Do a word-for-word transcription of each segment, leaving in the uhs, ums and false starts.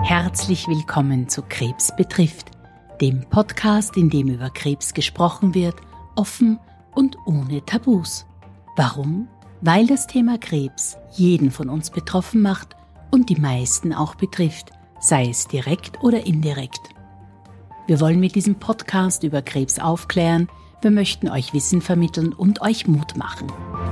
Herzlich willkommen zu Krebs betrifft, dem Podcast, in dem über Krebs gesprochen wird, offen und ohne Tabus. Warum? Weil das Thema Krebs jeden von uns betroffen macht und die meisten auch betrifft, sei es direkt oder indirekt. Wir wollen mit diesem Podcast über Krebs aufklären, wir möchten euch Wissen vermitteln und euch Mut machen.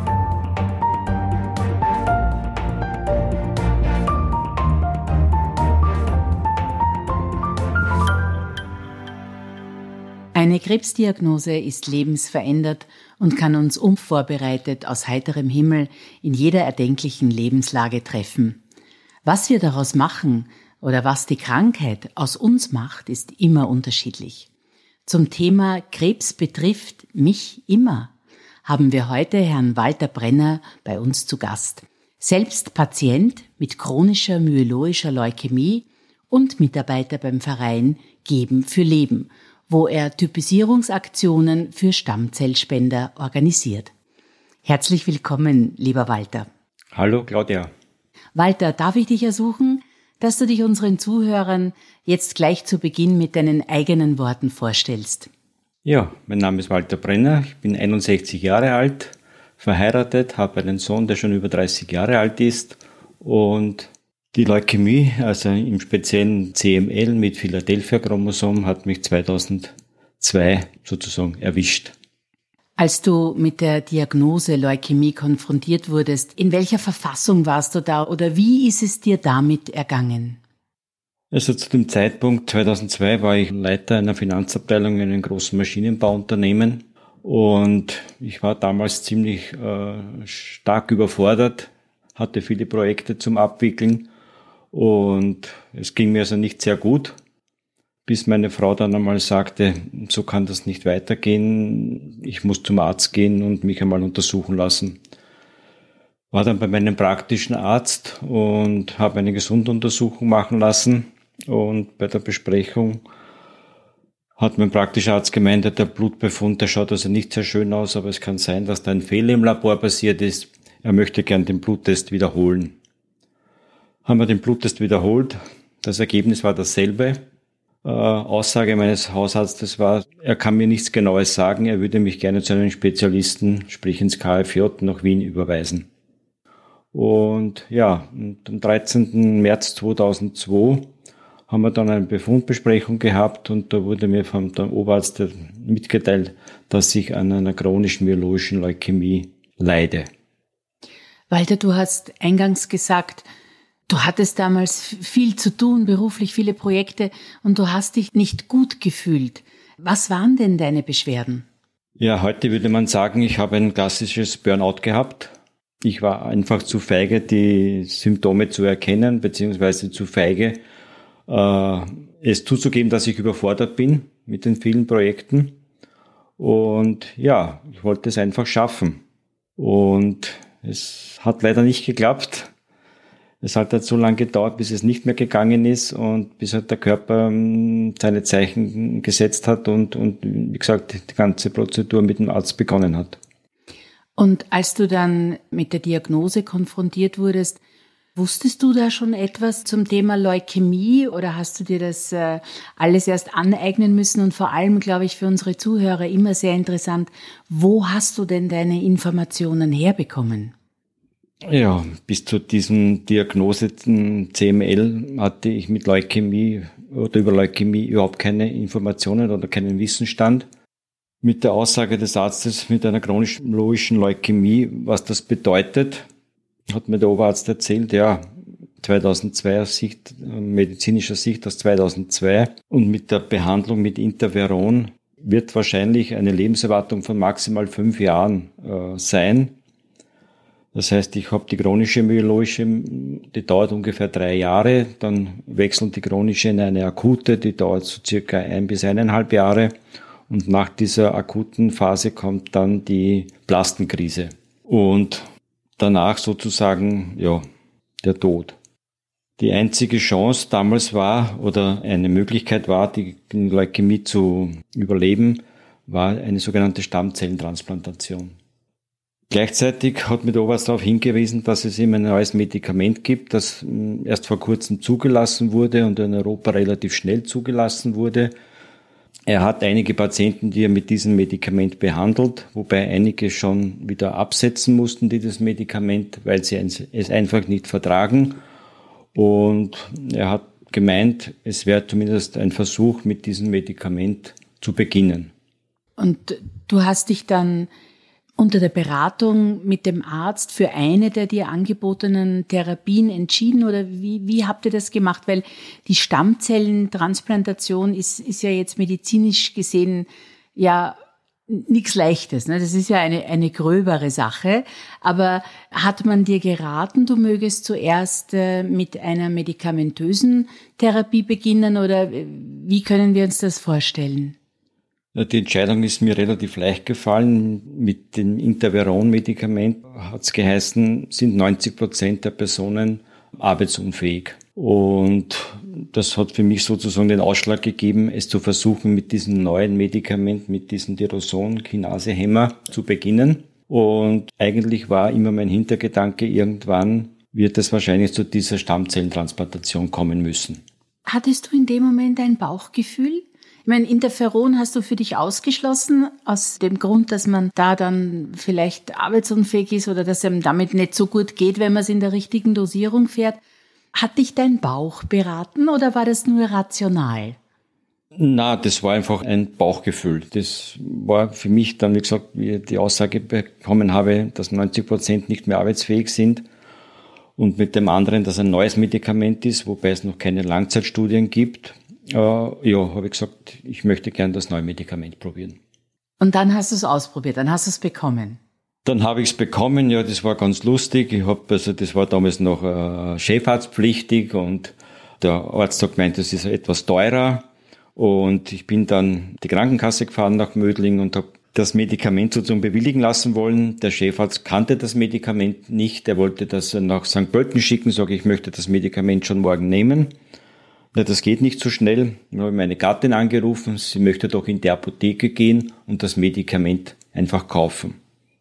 Eine Krebsdiagnose ist lebensverändert und kann uns unvorbereitet aus heiterem Himmel in jeder erdenklichen Lebenslage treffen. Was wir daraus machen oder was die Krankheit aus uns macht, ist immer unterschiedlich. Zum Thema Krebs betrifft mich immer haben wir heute Herrn Walter Brenner bei uns zu Gast. Selbst Patient mit chronischer myeloischer Leukämie und Mitarbeiter beim Verein Geben für Leben, wo er Typisierungsaktionen für Stammzellspender organisiert. Herzlich willkommen, lieber Walter. Hallo, Claudia. Walter, darf ich dich ersuchen, dass du dich unseren Zuhörern jetzt gleich zu Beginn mit deinen eigenen Worten vorstellst? Ja, mein Name ist Walter Brenner, ich bin einundsechzig Jahre alt, verheiratet, habe einen Sohn, der schon über dreißig Jahre alt ist und die Leukämie, also im speziellen C M L mit Philadelphia-Chromosom, hat mich zweitausendzwei sozusagen erwischt. Als du mit der Diagnose Leukämie konfrontiert wurdest, in welcher Verfassung warst du da oder wie ist es dir damit ergangen? Also zu dem Zeitpunkt zweitausendzwei war ich Leiter einer Finanzabteilung in einem großen Maschinenbauunternehmen und ich war damals ziemlich äh, stark überfordert, hatte viele Projekte zum Abwickeln. Und es ging mir also nicht sehr gut, bis meine Frau dann einmal sagte, so kann das nicht weitergehen, ich muss zum Arzt gehen und mich einmal untersuchen lassen. War dann bei meinem praktischen Arzt und habe eine Gesunduntersuchung machen lassen und bei der Besprechung hat mein praktischer Arzt gemeint, der Blutbefund, der schaut also nicht sehr schön aus, aber es kann sein, dass da ein Fehler im Labor passiert ist, er möchte gern den Bluttest wiederholen. Haben wir den Bluttest wiederholt. Das Ergebnis war dasselbe. Äh, Aussage meines Hausarztes war, er kann mir nichts Genaues sagen, er würde mich gerne zu einem Spezialisten, sprich ins K F J nach Wien überweisen. Und ja, und am dreizehnten März zweitausendzwei haben wir dann eine Befundbesprechung gehabt und da wurde mir vom Oberarzt mitgeteilt, dass ich an einer chronischen myeloischen Leukämie leide. Walter, du hast eingangs gesagt, du hattest damals viel zu tun, beruflich viele Projekte und du hast dich nicht gut gefühlt. Was waren denn deine Beschwerden? Ja, heute würde man sagen, ich habe ein klassisches Burnout gehabt. Ich war einfach zu feige, die Symptome zu erkennen, beziehungsweise zu feige, äh, es zuzugeben, dass ich überfordert bin mit den vielen Projekten. Und ja, ich wollte es einfach schaffen. Und es hat leider nicht geklappt. Es hat halt so lange gedauert, bis es nicht mehr gegangen ist und bis halt der Körper seine Zeichen gesetzt hat und, und wie gesagt, die ganze Prozedur mit dem Arzt begonnen hat. Und als du dann mit der Diagnose konfrontiert wurdest, wusstest du da schon etwas zum Thema Leukämie oder hast du dir das äh, alles erst aneignen müssen? Und vor allem, glaube ich, für unsere Zuhörer immer sehr interessant, wo hast du denn deine Informationen herbekommen? Ja, bis zu diesem Diagnose C M L hatte ich mit Leukämie oder über Leukämie überhaupt keine Informationen oder keinen Wissensstand. Mit der Aussage des Arztes mit einer chronischen myeloischen Leukämie, was das bedeutet, hat mir der Oberarzt erzählt, ja, zweitausendzwei aus Sicht, medizinischer Sicht aus zweitausendzwei und mit der Behandlung mit Interferon wird wahrscheinlich eine Lebenserwartung von maximal fünf Jahren äh, sein. Das heißt, ich habe die chronische myeloische, die dauert ungefähr drei Jahre, dann wechselt die chronische in eine akute, die dauert so circa ein bis eineinhalb Jahre und nach dieser akuten Phase kommt dann die Blastenkrise und danach sozusagen, ja, der Tod. Die einzige Chance damals war oder eine Möglichkeit war, die Leukämie zu überleben, war eine sogenannte Stammzellentransplantation. Gleichzeitig hat mir der Oberarzt darauf hingewiesen, dass es eben ein neues Medikament gibt, das erst vor kurzem zugelassen wurde und in Europa relativ schnell zugelassen wurde. Er hat einige Patienten, die er mit diesem Medikament behandelt, wobei einige schon wieder absetzen mussten, die das Medikament, weil sie es einfach nicht vertragen. Und er hat gemeint, es wäre zumindest ein Versuch, mit diesem Medikament zu beginnen. Und du hast dich dann unter der Beratung mit dem Arzt für eine der dir angebotenen Therapien entschieden oder wie, wie habt ihr das gemacht? Weil die Stammzellentransplantation ist, ist ja jetzt medizinisch gesehen ja nichts Leichtes, ne? Das ist ja eine, eine gröbere Sache. Aber hat man dir geraten, du mögest zuerst äh, mit einer medikamentösen Therapie beginnen oder wie können wir uns das vorstellen? Die Entscheidung ist mir relativ leicht gefallen. Mit dem Interferon-Medikament hat es geheißen, sind neunzig Prozent der Personen arbeitsunfähig. Und das hat für mich sozusagen den Ausschlag gegeben, es zu versuchen, mit diesem neuen Medikament, mit diesem Tyrosine-Kinase-Hämmer zu beginnen. Und eigentlich war immer mein Hintergedanke, irgendwann wird es wahrscheinlich zu dieser Stammzellentransplantation kommen müssen. Hattest du in dem Moment ein Bauchgefühl? Ich meine, Interferon hast du für dich ausgeschlossen, aus dem Grund, dass man da dann vielleicht arbeitsunfähig ist oder dass einem damit nicht so gut geht, wenn man es in der richtigen Dosierung fährt. Hat dich dein Bauch beraten oder war das nur rational? Na, das war einfach ein Bauchgefühl. Das war für mich dann, wie gesagt, wie ich die Aussage bekommen habe, dass neunzig Prozent nicht mehr arbeitsfähig sind. Und mit dem anderen, dass ein neues Medikament ist, wobei es noch keine Langzeitstudien gibt. Äh, ja, habe ich gesagt, ich möchte gern das neue Medikament probieren. Und dann hast du es ausprobiert, dann hast du es bekommen. Dann habe ich es bekommen, ja, das war ganz lustig. Ich habe, also das war damals noch äh, chefarztpflichtig und der Arzt hat gemeint, das ist etwas teurer. Und ich bin dann die Krankenkasse gefahren nach Mödling und habe das Medikament sozusagen bewilligen lassen wollen. Der Chefarzt kannte das Medikament nicht. Er wollte das nach Sankt Pölten schicken, sage ich, möchte das Medikament schon morgen nehmen. Na, das geht nicht so schnell. Dann habe ich meine Gattin angerufen, sie möchte doch in die Apotheke gehen und das Medikament einfach kaufen.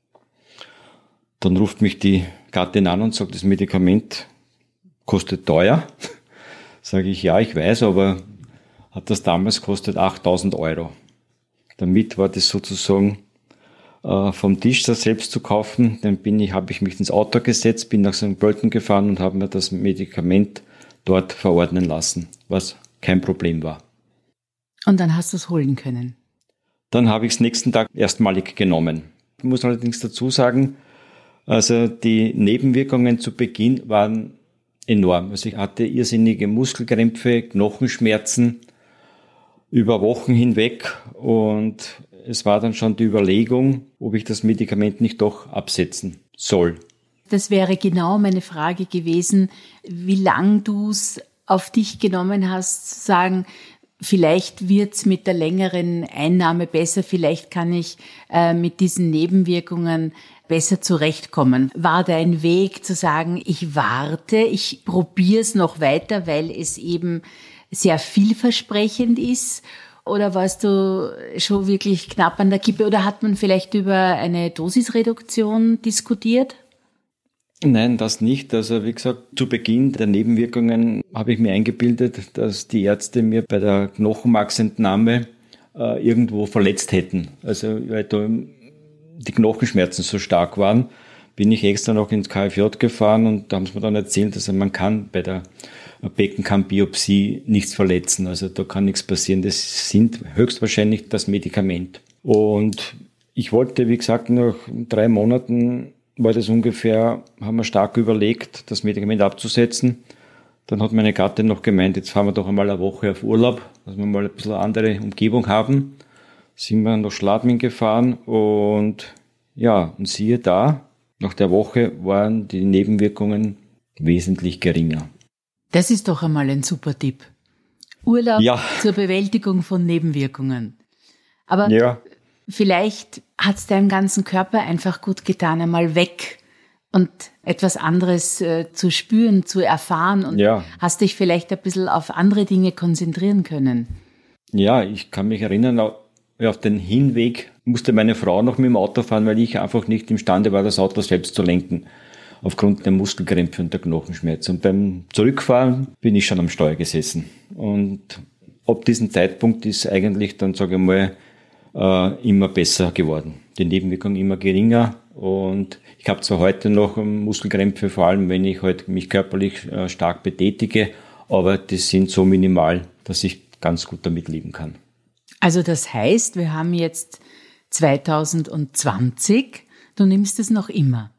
Dann ruft mich die Gattin an und sagt, das Medikament kostet teuer. Sage ich, ja, ich weiß, aber hat das damals gekostet achttausend Euro. Damit war das sozusagen äh, vom Tisch, das selbst zu kaufen. Dann bin ich, habe ich mich ins Auto gesetzt, bin nach Sankt Pölten gefahren und habe mir das Medikament dort verordnen lassen, was kein Problem war. Und dann hast du es holen können? Dann habe ich es nächsten Tag erstmalig genommen. Ich muss allerdings dazu sagen, also die Nebenwirkungen zu Beginn waren enorm. Also ich hatte irrsinnige Muskelkrämpfe, Knochenschmerzen über Wochen hinweg und es war dann schon die Überlegung, ob ich das Medikament nicht doch absetzen soll. Das wäre genau meine Frage gewesen, wie lang du es auf dich genommen hast, zu sagen, vielleicht wird's mit der längeren Einnahme besser, vielleicht kann ich äh, mit diesen Nebenwirkungen besser zurechtkommen. War dein Weg zu sagen, ich warte, ich probiere es noch weiter, weil es eben sehr vielversprechend ist? Oder warst du schon wirklich knapp an der Kippe? Oder hat man vielleicht über eine Dosisreduktion diskutiert? Nein, das nicht. Also wie gesagt, zu Beginn der Nebenwirkungen habe ich mir eingebildet, dass die Ärzte mir bei der Knochenmarksentnahme äh, irgendwo verletzt hätten. Also weil da die Knochenschmerzen so stark waren, bin ich extra noch ins K F J gefahren und da haben sie mir dann erzählt, dass man kann bei der Beckenkammbiopsie nichts verletzen. Also da kann nichts passieren. Das sind höchstwahrscheinlich das Medikament. Und ich wollte, wie gesagt, nach drei Monaten war das ungefähr, haben wir stark überlegt, das Medikament abzusetzen. Dann hat meine Gattin noch gemeint, jetzt fahren wir doch einmal eine Woche auf Urlaub, dass wir mal ein bisschen eine andere Umgebung haben. Sind wir nach Schladming gefahren und ja, und siehe da, nach der Woche waren die Nebenwirkungen wesentlich geringer. Das ist doch einmal ein super Tipp. Urlaub ja. Zur Bewältigung von Nebenwirkungen. Aber ja. Vielleicht hat es deinem ganzen Körper einfach gut getan, einmal weg und etwas anderes äh, zu spüren, zu erfahren und ja. Hast dich vielleicht ein bisschen auf andere Dinge konzentrieren können. Ja, ich kann mich erinnern, Ja, auf den Hinweg musste meine Frau noch mit dem Auto fahren, weil ich einfach nicht imstande war, das Auto selbst zu lenken. Aufgrund der Muskelkrämpfe und der Knochenschmerzen. Und beim Zurückfahren bin ich schon am Steuer gesessen. Und ab diesem Zeitpunkt ist eigentlich dann, sage ich mal, äh, immer besser geworden. Die Nebenwirkungen immer geringer. Und ich habe zwar heute noch Muskelkrämpfe, vor allem wenn ich halt mich körperlich äh, stark betätige, aber die sind so minimal, dass ich ganz gut damit leben kann. Also das heißt, wir haben jetzt zwanzig zwanzig, du nimmst es noch immer?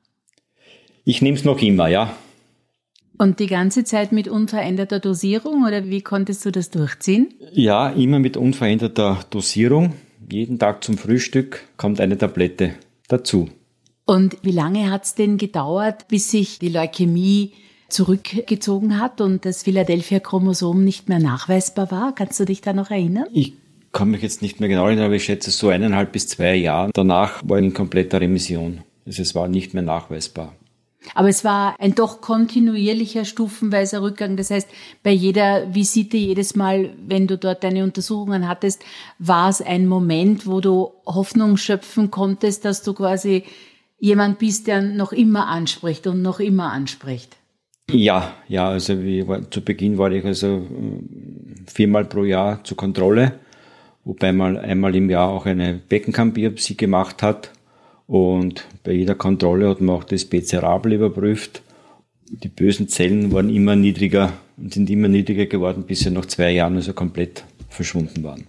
Ich nehme es noch immer, ja. Und die ganze Zeit mit unveränderter Dosierung oder wie konntest du das durchziehen? Ja, immer mit unveränderter Dosierung. Jeden Tag zum Frühstück kommt eine Tablette dazu. Und wie lange hat es denn gedauert, bis sich die Leukämie zurückgezogen hat und das Philadelphia-Chromosom nicht mehr nachweisbar war? Kannst du dich da noch erinnern? Ich kann mich jetzt nicht mehr genau erinnern, aber ich schätze so eineinhalb bis zwei Jahre. Danach war ich in kompletter Remission. Also es war nicht mehr nachweisbar. Aber es war ein doch kontinuierlicher, stufenweiser Rückgang. Das heißt, bei jeder Visite, jedes Mal, wenn du dort deine Untersuchungen hattest, war es ein Moment, wo du Hoffnung schöpfen konntest, dass du quasi jemand bist, der noch immer anspricht und noch immer anspricht. Ja, ja, also wie war, zu Beginn war ich also viermal pro Jahr zur Kontrolle, wobei man einmal im Jahr auch eine Beckenkammbiopsie gemacht hat. Und bei jeder Kontrolle hat man auch das B C R A-Bel überprüft. Die bösen Zellen waren immer niedriger und sind immer niedriger geworden, bis sie nach zwei Jahren also komplett verschwunden waren.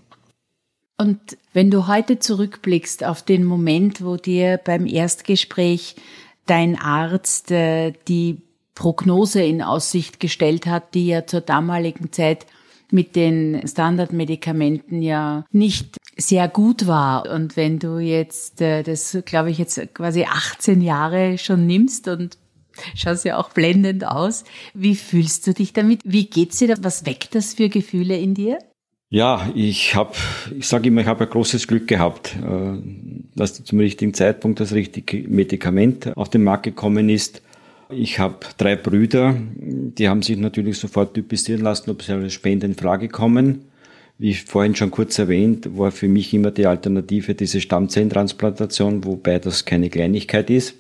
Und wenn du heute zurückblickst auf den Moment, wo dir beim Erstgespräch dein Arzt äh, die Prognose in Aussicht gestellt hat, die ja zur damaligen Zeit mit den Standardmedikamenten ja nicht sehr gut war. Und wenn du jetzt, das glaube ich jetzt quasi achtzehn Jahre schon nimmst und schaust ja auch blendend aus, wie fühlst du dich damit? Wie geht's dir da? Was weckt das für Gefühle in dir? Ja, ich habe, ich sage immer, ich habe ein großes Glück gehabt, dass zum richtigen Zeitpunkt das richtige Medikament auf den Markt gekommen ist. Ich habe drei Brüder, die haben sich natürlich sofort typisieren lassen, ob sie als Spende in Frage kommen. Wie vorhin schon kurz erwähnt, war für mich immer die Alternative diese Stammzellentransplantation, wobei das keine Kleinigkeit ist.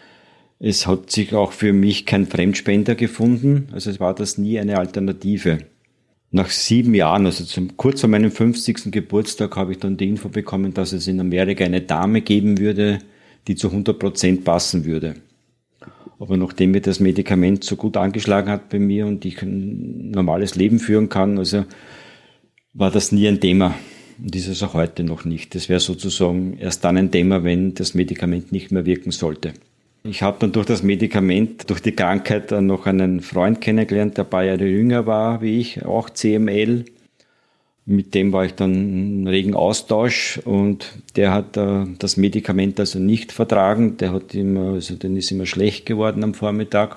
Es hat sich auch für mich kein Fremdspender gefunden, also es war das nie eine Alternative. Nach sieben Jahren, also zum, kurz vor meinem fünfzigsten Geburtstag, habe ich dann die Info bekommen, dass es in Amerika eine Dame geben würde, die zu hundert Prozent passen würde. Aber nachdem mir das Medikament so gut angeschlagen hat bei mir und ich ein normales Leben führen kann, also war das nie ein Thema. Und ist es auch heute noch nicht. Das wäre sozusagen erst dann ein Thema, wenn das Medikament nicht mehr wirken sollte. Ich habe dann durch das Medikament, durch die Krankheit dann noch einen Freund kennengelernt, der ein paar Jahre jünger war wie ich, auch C M L. Mit dem war ich dann in regen Austausch und der hat äh, das Medikament also nicht vertragen. Der hat immer, also den ist immer schlecht geworden am Vormittag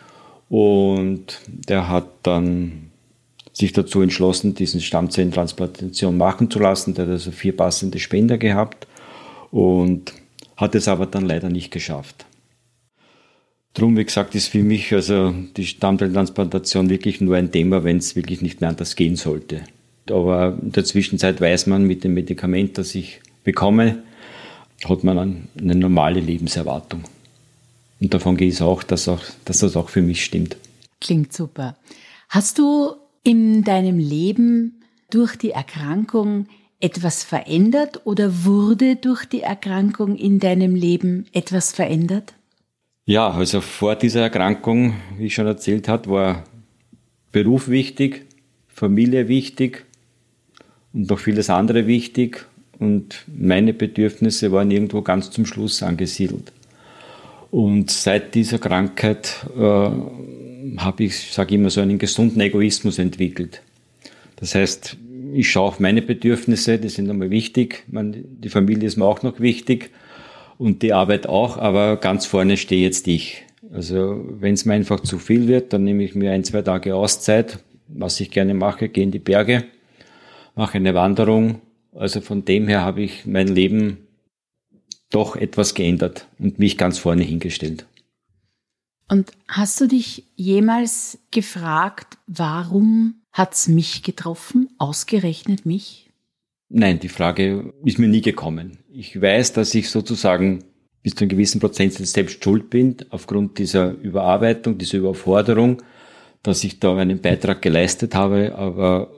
und der hat dann sich dazu entschlossen, diesen Stammzellentransplantation machen zu lassen. Der hat also vier passende Spender gehabt und hat es aber dann leider nicht geschafft. Drum, wie gesagt, ist für mich also die Stammzellentransplantation wirklich nur ein Thema, wenn es wirklich nicht mehr anders gehen sollte. Aber in der Zwischenzeit weiß man, mit dem Medikament, das ich bekomme, hat man eine normale Lebenserwartung. Und davon gehe ich auch, dass, auch, dass das auch für mich stimmt. Klingt super. Hast du in deinem Leben durch die Erkrankung etwas verändert oder wurde durch die Erkrankung in deinem Leben etwas verändert? Ja, also vor dieser Erkrankung, wie ich schon erzählt habe, war Beruf wichtig, Familie wichtig und noch vieles andere wichtig. Und meine Bedürfnisse waren irgendwo ganz zum Schluss angesiedelt. Und seit dieser Krankheit äh, habe ich, sage ich immer, so einen gesunden Egoismus entwickelt. Das heißt, ich schaue auf meine Bedürfnisse, die sind einmal wichtig. Meine, die Familie ist mir auch noch wichtig und die Arbeit auch, aber ganz vorne stehe jetzt ich. Also wenn es mir einfach zu viel wird, dann nehme ich mir ein, zwei Tage Auszeit, was ich gerne mache, gehe in die Berge, mache eine Wanderung. Also von dem her habe ich mein Leben doch etwas geändert und mich ganz vorne hingestellt. Und hast du dich jemals gefragt, warum hat's mich getroffen, ausgerechnet mich? Nein, die Frage ist mir nie gekommen. Ich weiß, dass ich sozusagen bis zu einem gewissen Prozentsatz selbst schuld bin, aufgrund dieser Überarbeitung, dieser Überforderung, dass ich da einen Beitrag geleistet habe, aber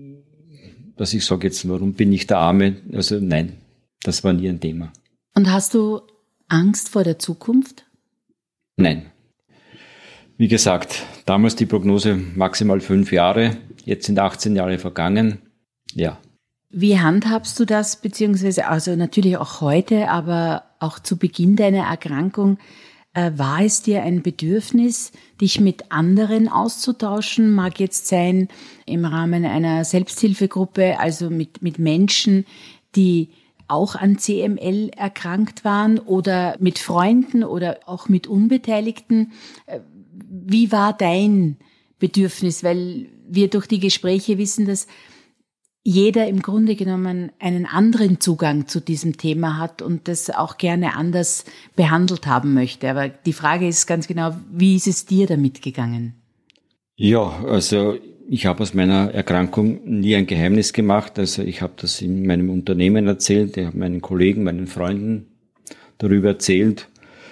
dass ich sage jetzt, warum bin ich der Arme? Also nein, das war nie ein Thema. Und hast du Angst vor der Zukunft? Nein. Wie gesagt, damals die Prognose maximal fünf Jahre, jetzt sind achtzehn Jahre vergangen, ja. Wie handhabst du das, beziehungsweise also natürlich auch heute, aber auch zu Beginn deiner Erkrankung, äh, war es dir ein Bedürfnis, dich mit anderen auszutauschen? Mag jetzt sein im Rahmen einer Selbsthilfegruppe, also mit, mit Menschen, die auch an C M L erkrankt waren oder mit Freunden oder auch mit Unbeteiligten. Wie war dein Bedürfnis? Weil wir durch die Gespräche wissen, dass jeder im Grunde genommen einen anderen Zugang zu diesem Thema hat und das auch gerne anders behandelt haben möchte. Aber die Frage ist ganz genau, wie ist es dir damit gegangen? Ja, also ich habe aus meiner Erkrankung nie ein Geheimnis gemacht. Also ich habe das in meinem Unternehmen erzählt, ich habe meinen Kollegen, meinen Freunden darüber erzählt.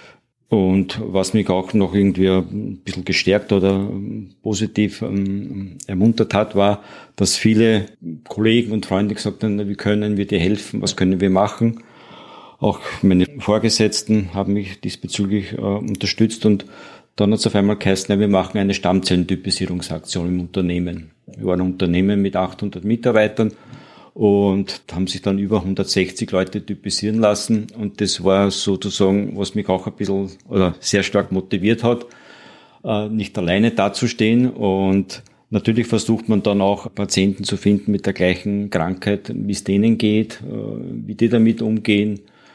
Und was mich auch noch irgendwie ein bisschen gestärkt oder positiv ähm, ermuntert hat, war, dass viele Kollegen und Freunde gesagt haben, wie können wir dir helfen, was können wir machen. Auch meine Vorgesetzten haben mich diesbezüglich äh, unterstützt und dann hat es auf einmal geheißen, wir machen eine Stammzellentypisierungsaktion im Unternehmen. Wir waren ein Unternehmen mit achthundert Mitarbeitern und haben sich dann über hundertsechzig Leute typisieren lassen. Und das war sozusagen, was mich auch ein bisschen oder sehr stark motiviert hat, nicht alleine dazustehen. Und natürlich versucht man dann auch Patienten zu finden mit der gleichen Krankheit, wie es denen geht, wie die damit umgehen.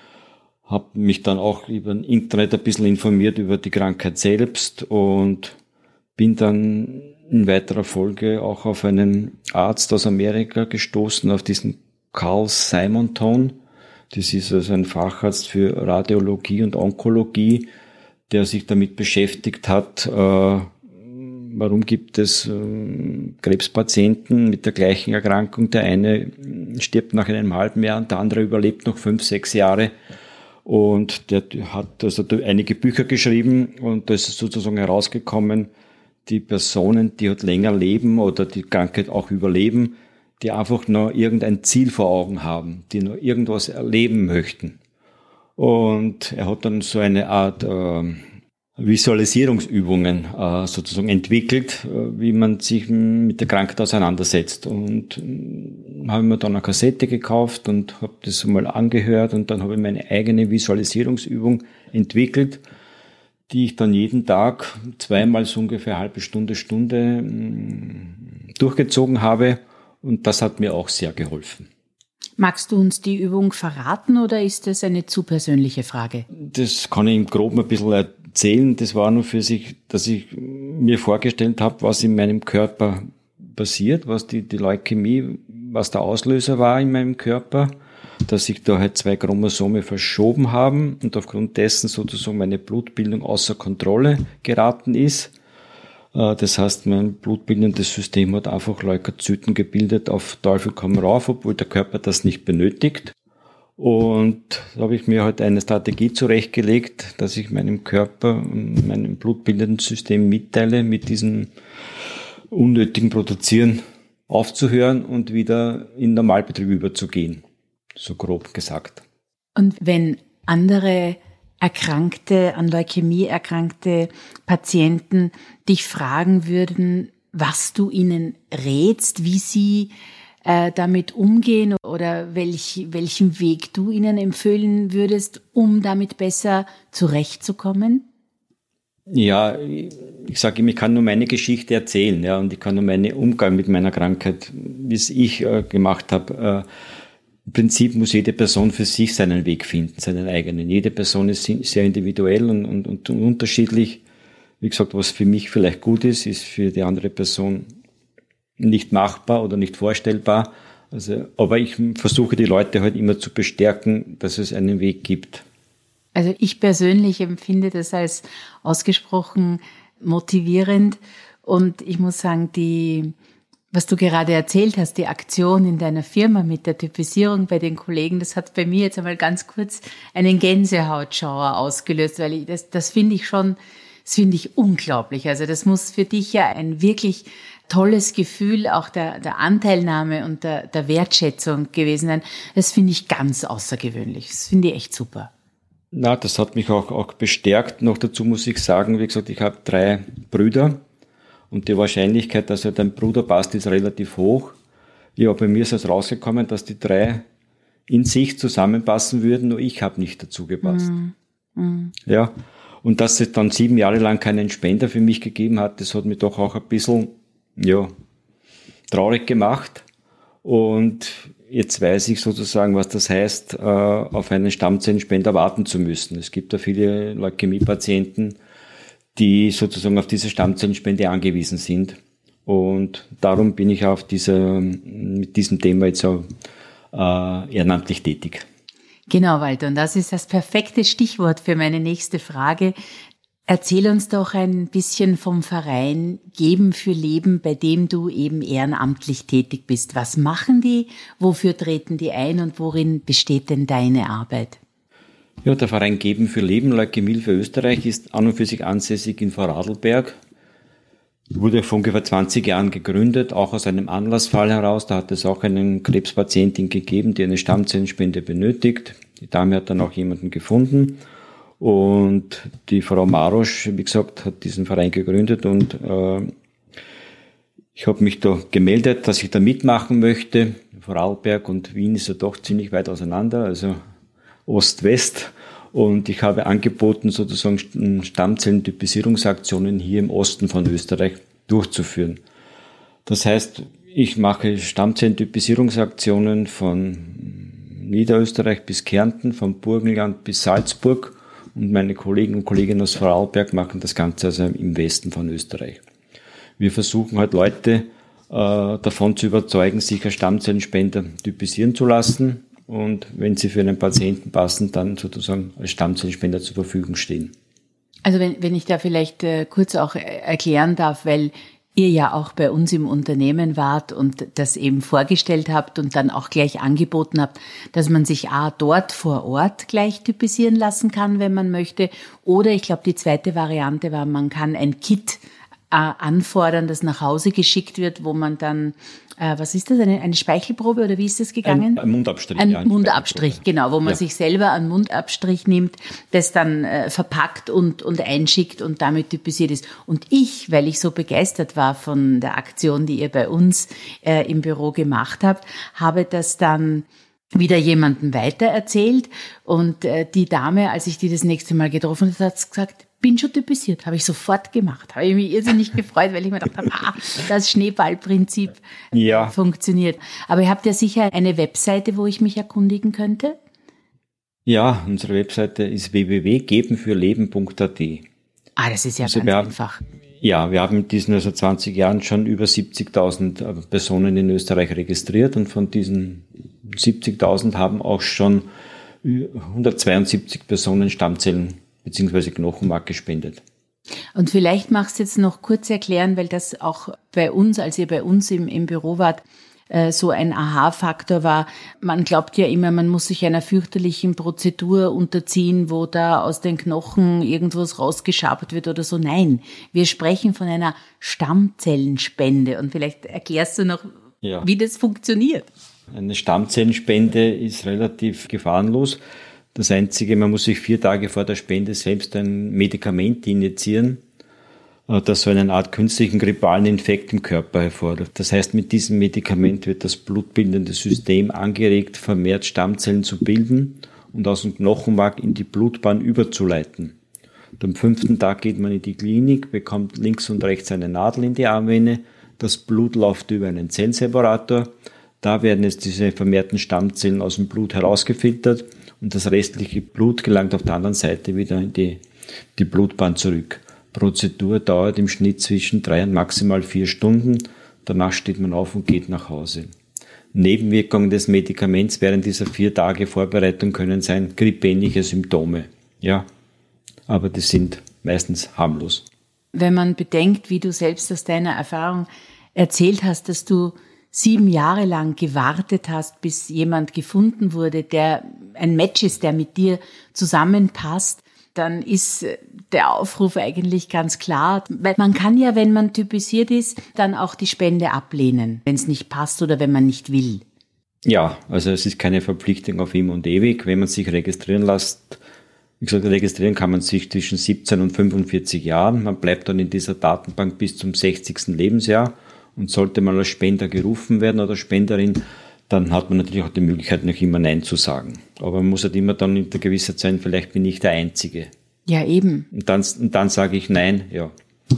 Habe mich dann auch über das Internet ein bisschen informiert über die Krankheit selbst und bin dann in weiterer Folge auch auf einen Arzt aus Amerika gestoßen, auf diesen Carl Simonton. Das ist also ein Facharzt für Radiologie und Onkologie, der sich damit beschäftigt hat, äh, warum gibt es äh, Krebspatienten mit der gleichen Erkrankung. Der eine stirbt nach einem halben Jahr und der andere überlebt noch fünf, sechs Jahre. Und der hat also einige Bücher geschrieben und da ist sozusagen herausgekommen, die Personen, die halt länger leben oder die Krankheit auch überleben, die einfach nur irgendein Ziel vor Augen haben, die nur irgendwas erleben möchten. Und er hat dann so eine Art äh, Visualisierungsübungen äh, sozusagen entwickelt, äh, wie man sich mit der Krankheit auseinandersetzt. Und äh, habe mir dann eine Kassette gekauft und habe das mal angehört und dann habe ich meine eigene Visualisierungsübung entwickelt, die ich dann jeden Tag zweimal so ungefähr eine halbe Stunde, Stunde mh, durchgezogen habe und das hat mir auch sehr geholfen. Magst du uns die Übung verraten oder ist das eine zu persönliche Frage? Das kann ich im Groben ein bisschen erzählen. Das war nur für sich, dass ich mir vorgestellt habe, was in meinem Körper passiert, was die, die Leukämie, was der Auslöser war in meinem Körper, dass sich da halt zwei Chromosome verschoben haben und aufgrund dessen sozusagen meine Blutbildung außer Kontrolle geraten ist. Das heißt, mein blutbildendes System hat einfach Leukozyten gebildet auf Teufel komm rauf, obwohl der Körper das nicht benötigt. Und da habe ich mir halt eine Strategie zurechtgelegt, dass ich meinem Körper und meinem blutbildenden System mitteile, mit diesem unnötigen Produzieren aufzuhören und wieder in Normalbetrieb überzugehen. So grob gesagt. Und wenn andere Erkrankte, an Leukämie erkrankte Patienten dich fragen würden, was du ihnen rätst, wie sie äh, damit umgehen oder welch, welchen Weg du ihnen empfehlen würdest, um damit besser zurechtzukommen? Ja, ich sage ihm, ich kann nur meine Geschichte erzählen, ja, und ich kann nur meinen Umgang mit meiner Krankheit, wie es ich äh, gemacht habe. Äh, Im Prinzip muss jede Person für sich seinen Weg finden, seinen eigenen. Jede Person ist sehr individuell und, und, und unterschiedlich. Wie gesagt, was für mich vielleicht gut ist, ist für die andere Person nicht machbar oder nicht vorstellbar. Also, aber ich versuche die Leute halt immer zu bestärken, dass es einen Weg gibt. Also ich persönlich empfinde das als ausgesprochen motivierend und ich muss sagen, die Was du gerade erzählt hast, die Aktion in deiner Firma mit der Typisierung bei den Kollegen, das hat bei mir jetzt einmal ganz kurz einen Gänsehautschauer ausgelöst, weil ich, das, das finde ich schon, das finde ich unglaublich. Also das muss für dich ja ein wirklich tolles Gefühl auch der, der Anteilnahme und der, der Wertschätzung gewesen sein. Das finde ich ganz außergewöhnlich. Das finde ich echt super. Na, das hat mich auch, auch bestärkt. Noch dazu muss ich sagen, wie gesagt, ich habe drei Brüder. Und die Wahrscheinlichkeit, dass er dein Bruder passt, ist relativ hoch. Ja, bei mir ist es rausgekommen, dass die drei in sich zusammenpassen würden, nur ich habe nicht dazu gepasst. Mm, mm. Ja, und dass es dann sieben Jahre lang keinen Spender für mich gegeben hat, das hat mich doch auch ein bisschen, ja, traurig gemacht. Und jetzt weiß ich sozusagen, was das heißt, auf einen Stammzellenspender warten zu müssen. Es gibt da viele Leukämie-Patienten, die sozusagen auf diese Stammzellenspende angewiesen sind. Und darum bin ich auf diese, mit diesem Thema jetzt auch äh, ehrenamtlich tätig. Genau, Walter, und das ist das perfekte Stichwort für meine nächste Frage. Erzähl uns doch ein bisschen vom Verein Geben für Leben, bei dem du eben ehrenamtlich tätig bist. Was machen die? Wofür treten die ein und worin besteht denn deine Arbeit? Ja, der Verein Geben für Leben, Leukämiehilfe Österreich, ist an und für sich ansässig in Vorarlberg. Wurde vor ungefähr zwanzig Jahren gegründet, auch aus einem Anlassfall heraus. Da hat es auch einen Krebspatientin gegeben, die eine Stammzellenspende benötigt. Die Dame hat dann auch jemanden gefunden. Und die Frau Marosch, wie gesagt, hat diesen Verein gegründet und äh, ich habe mich da gemeldet, dass ich da mitmachen möchte. Vorarlberg und Wien ist ja doch ziemlich weit auseinander, also Ost-West. Und ich habe angeboten, sozusagen Stammzellentypisierungsaktionen hier im Osten von Österreich durchzuführen. Das heißt, ich mache Stammzellentypisierungsaktionen von Niederösterreich bis Kärnten, von Burgenland bis Salzburg. Und meine Kollegen und Kolleginnen aus Vorarlberg machen das Ganze also im Westen von Österreich. Wir versuchen halt Leute äh, davon zu überzeugen, sich als Stammzellenspender typisieren zu lassen. Und wenn sie für einen Patienten passen, dann sozusagen als Stammzellenspender zur Verfügung stehen. Also wenn, wenn ich da vielleicht äh, kurz auch erklären darf, weil ihr ja auch bei uns im Unternehmen wart und das eben vorgestellt habt und dann auch gleich angeboten habt, dass man sich A, dort vor Ort gleich typisieren lassen kann, wenn man möchte. Oder ich glaube, die zweite Variante war, man kann ein Kit äh, anfordern, das nach Hause geschickt wird, wo man dann, äh, was ist das, eine, eine Speichelprobe oder wie ist das gegangen? Ein, ein Mundabstrich. Ein ja, Mundabstrich, genau, wo man ja. sich selber einen Mundabstrich nimmt, das dann äh, verpackt und, und einschickt und damit typisiert ist. Und ich, weil ich so begeistert war von der Aktion, die ihr bei uns äh, im Büro gemacht habt, habe das dann wieder jemandem weitererzählt und äh, die Dame, als ich die das nächste Mal getroffen habe, hat gesagt, bin schon typisiert, habe ich sofort gemacht. Habe ich mich irrsinnig gefreut, weil ich mir gedacht habe, ah, das Schneeballprinzip ja. funktioniert. Aber ihr habt ja sicher eine Webseite, wo ich mich erkundigen könnte? Ja, unsere Webseite ist w w w punkt geben für leben punkt a t. Ah, das ist ja also ganz haben, einfach. Ja, wir haben in diesen also zwanzig Jahren schon über siebzigtausend Personen in Österreich registriert und von diesen siebzigtausend haben auch schon hundertzweiundsiebzig Personen Stammzellen beziehungsweise Knochenmark gespendet. Und vielleicht magst du jetzt noch kurz erklären, weil das auch bei uns, als ihr bei uns im, im Büro wart, äh, so ein Aha-Faktor war. Man glaubt ja immer, man muss sich einer fürchterlichen Prozedur unterziehen, wo da aus den Knochen irgendwas rausgeschabt wird oder so. Nein, wir sprechen von einer Stammzellenspende. Und vielleicht erklärst du noch, ja. wie das funktioniert. Eine Stammzellenspende ist relativ gefahrenlos. Das Einzige, man muss sich vier Tage vor der Spende selbst ein Medikament injizieren, das so eine Art künstlichen grippalen Infekt im Körper hervorruft. Das heißt, mit diesem Medikament wird das blutbildende System angeregt, vermehrt Stammzellen zu bilden und aus dem Knochenmark in die Blutbahn überzuleiten. Und am fünften Tag geht man in die Klinik, bekommt links und rechts eine Nadel in die Armvene, das Blut läuft über einen Zellseparator, da werden jetzt diese vermehrten Stammzellen aus dem Blut herausgefiltert und das restliche Blut gelangt auf der anderen Seite wieder in die, die Blutbahn zurück. Prozedur dauert im Schnitt zwischen drei und maximal vier Stunden. Danach steht man auf und geht nach Hause. Nebenwirkungen des Medikaments während dieser vier Tage Vorbereitung können sein grippeähnliche Symptome. Ja, aber die sind meistens harmlos. Wenn man bedenkt, wie du selbst aus deiner Erfahrung erzählt hast, dass du sieben Jahre lang gewartet hast, bis jemand gefunden wurde, der ein Match ist, der mit dir zusammenpasst, dann ist der Aufruf eigentlich ganz klar. Weil man kann ja, wenn man typisiert ist, dann auch die Spende ablehnen, wenn es nicht passt oder wenn man nicht will. Ja, also es ist keine Verpflichtung auf immer und ewig. Wenn man sich registrieren lässt, wie gesagt, registrieren kann man sich zwischen siebzehn und fünfundvierzig Jahren. Man bleibt dann in dieser Datenbank bis zum sechzigsten Lebensjahr. Und sollte man als Spender gerufen werden oder Spenderin, dann hat man natürlich auch die Möglichkeit, noch immer Nein zu sagen. Aber man muss halt immer dann in der gewisser Zeit, vielleicht bin ich der Einzige. Ja, eben. Und dann, und dann sage ich Nein, ja.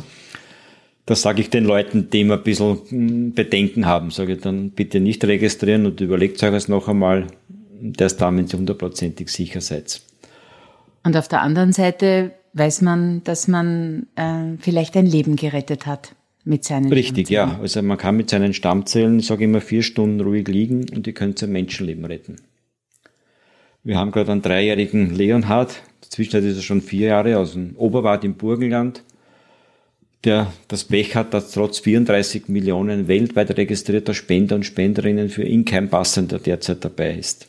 Das sage ich den Leuten, die immer ein bisschen Bedenken haben. Sage ich dann, bitte nicht registrieren und überlegt euch das noch einmal. Erst dann, wenn ihr hundertprozentig sicher seid. Und auf der anderen Seite weiß man, dass man äh, vielleicht ein Leben gerettet hat. Mit seinen Richtig, ja. Also man kann mit seinen Stammzellen, ich sage immer, vier Stunden ruhig liegen und ihr könnt ein Menschenleben retten. Wir haben gerade einen dreijährigen Leonhard, dazwischen ist er schon vier Jahre, aus dem Oberwart im Burgenland, der das Pech hat, dass trotz vierunddreißig Millionen weltweit registrierter Spender und Spenderinnen für ihn kein Passender derzeit dabei ist.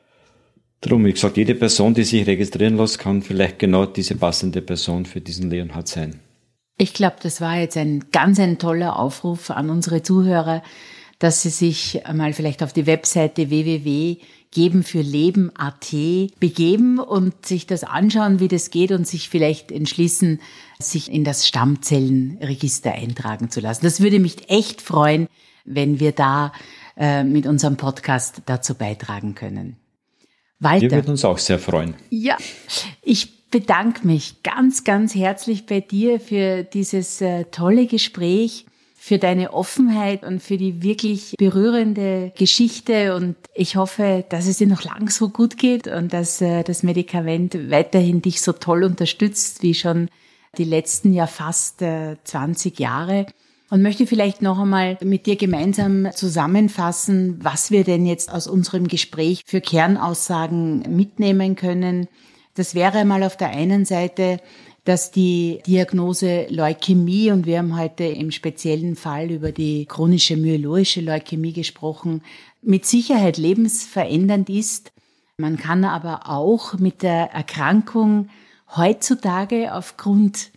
Darum, wie gesagt, jede Person, die sich registrieren lässt, kann vielleicht genau diese passende Person für diesen Leonhard sein. Ich glaube, das war jetzt ein ganz ein toller Aufruf an unsere Zuhörer, dass sie sich einmal vielleicht auf die Webseite w w w punkt geben für leben punkt a t begeben und sich das anschauen, wie das geht und sich vielleicht entschließen, sich in das Stammzellenregister eintragen zu lassen. Das würde mich echt freuen, wenn wir da äh, mit unserem Podcast dazu beitragen können. Walter. Wir würden uns auch sehr freuen. Ja, ich bedanke mich ganz, ganz herzlich bei dir für dieses äh, tolle Gespräch, für deine Offenheit und für die wirklich berührende Geschichte. Und ich hoffe, dass es dir noch lang so gut geht und dass äh, das Medikament weiterhin dich so toll unterstützt, wie schon die letzten ja fast äh, zwanzig Jahre. Und möchte vielleicht noch einmal mit dir gemeinsam zusammenfassen, was wir denn jetzt aus unserem Gespräch für Kernaussagen mitnehmen können. Das wäre mal auf der einen Seite, dass die Diagnose Leukämie, und wir haben heute im speziellen Fall über die chronische myeloische Leukämie gesprochen, mit Sicherheit lebensverändernd ist. Man kann aber auch mit der Erkrankung heutzutage aufgrund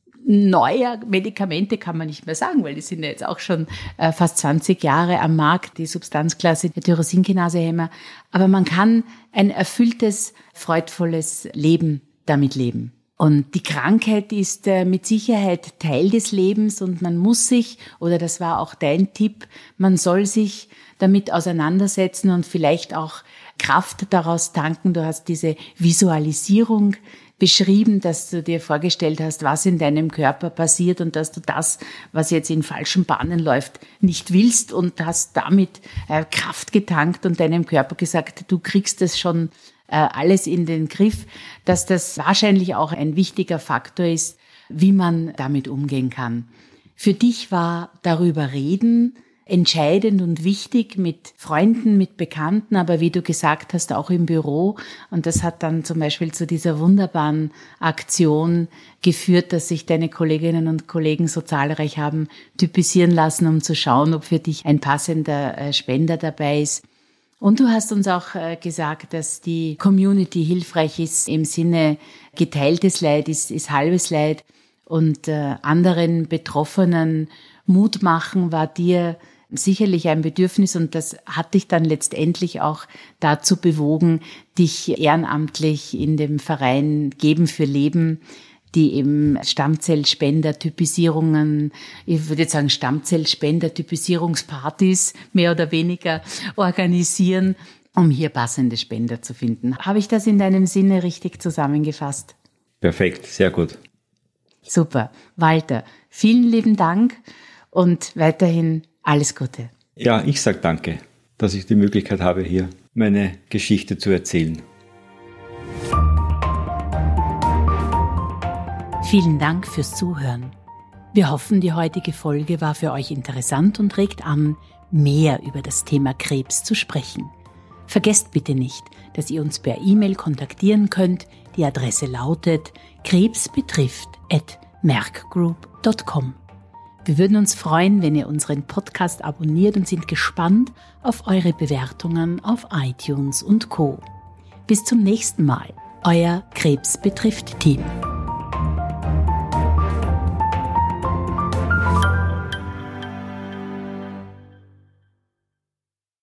neuer Medikamente, kann man nicht mehr sagen, weil die sind ja jetzt auch schon äh, fast zwanzig Jahre am Markt, die Substanzklasse der Tyrosinkinasehemmer. Aber man kann ein erfülltes, freudvolles Leben damit leben. Und die Krankheit ist äh, mit Sicherheit Teil des Lebens und man muss sich, oder das war auch dein Tipp, man soll sich damit auseinandersetzen und vielleicht auch Kraft daraus tanken. Du hast diese Visualisierung beschrieben, dass du dir vorgestellt hast, was in deinem Körper passiert und dass du das, was jetzt in falschen Bahnen läuft, nicht willst und hast damit äh, Kraft getankt und deinem Körper gesagt, du kriegst es schon äh, alles in den Griff, dass das wahrscheinlich auch ein wichtiger Faktor ist, wie man damit umgehen kann. Für dich war darüber reden entscheidend und wichtig mit Freunden, mit Bekannten, aber wie du gesagt hast, auch im Büro. Und das hat dann zum Beispiel zu dieser wunderbaren Aktion geführt, dass sich deine Kolleginnen und Kollegen so zahlreich haben typisieren lassen, um zu schauen, ob für dich ein passender Spender dabei ist. Und du hast uns auch gesagt, dass die Community hilfreich ist im Sinne geteiltes Leid ist, ist halbes Leid und anderen Betroffenen Mut machen war dir sicherlich ein Bedürfnis und das hat dich dann letztendlich auch dazu bewogen, dich ehrenamtlich in dem Verein Geben für Leben, die eben Stammzellspender-Typisierungen, ich würde jetzt sagen Stammzellspender-Typisierungspartys mehr oder weniger organisieren, um hier passende Spender zu finden. Habe ich das in deinem Sinne richtig zusammengefasst? Perfekt, sehr gut. Super. Walter, vielen lieben Dank und weiterhin alles Gute. Ja, ich sage danke, dass ich die Möglichkeit habe, hier meine Geschichte zu erzählen. Vielen Dank fürs Zuhören. Wir hoffen, die heutige Folge war für euch interessant und regt an, mehr über das Thema Krebs zu sprechen. Vergesst bitte nicht, dass ihr uns per E-Mail kontaktieren könnt. Die Adresse lautet krebsbetrifft at merck group punkt com. Wir würden uns freuen, wenn ihr unseren Podcast abonniert und sind gespannt auf eure Bewertungen auf iTunes und Co. Bis zum nächsten Mal. Euer Krebs betrifft Team.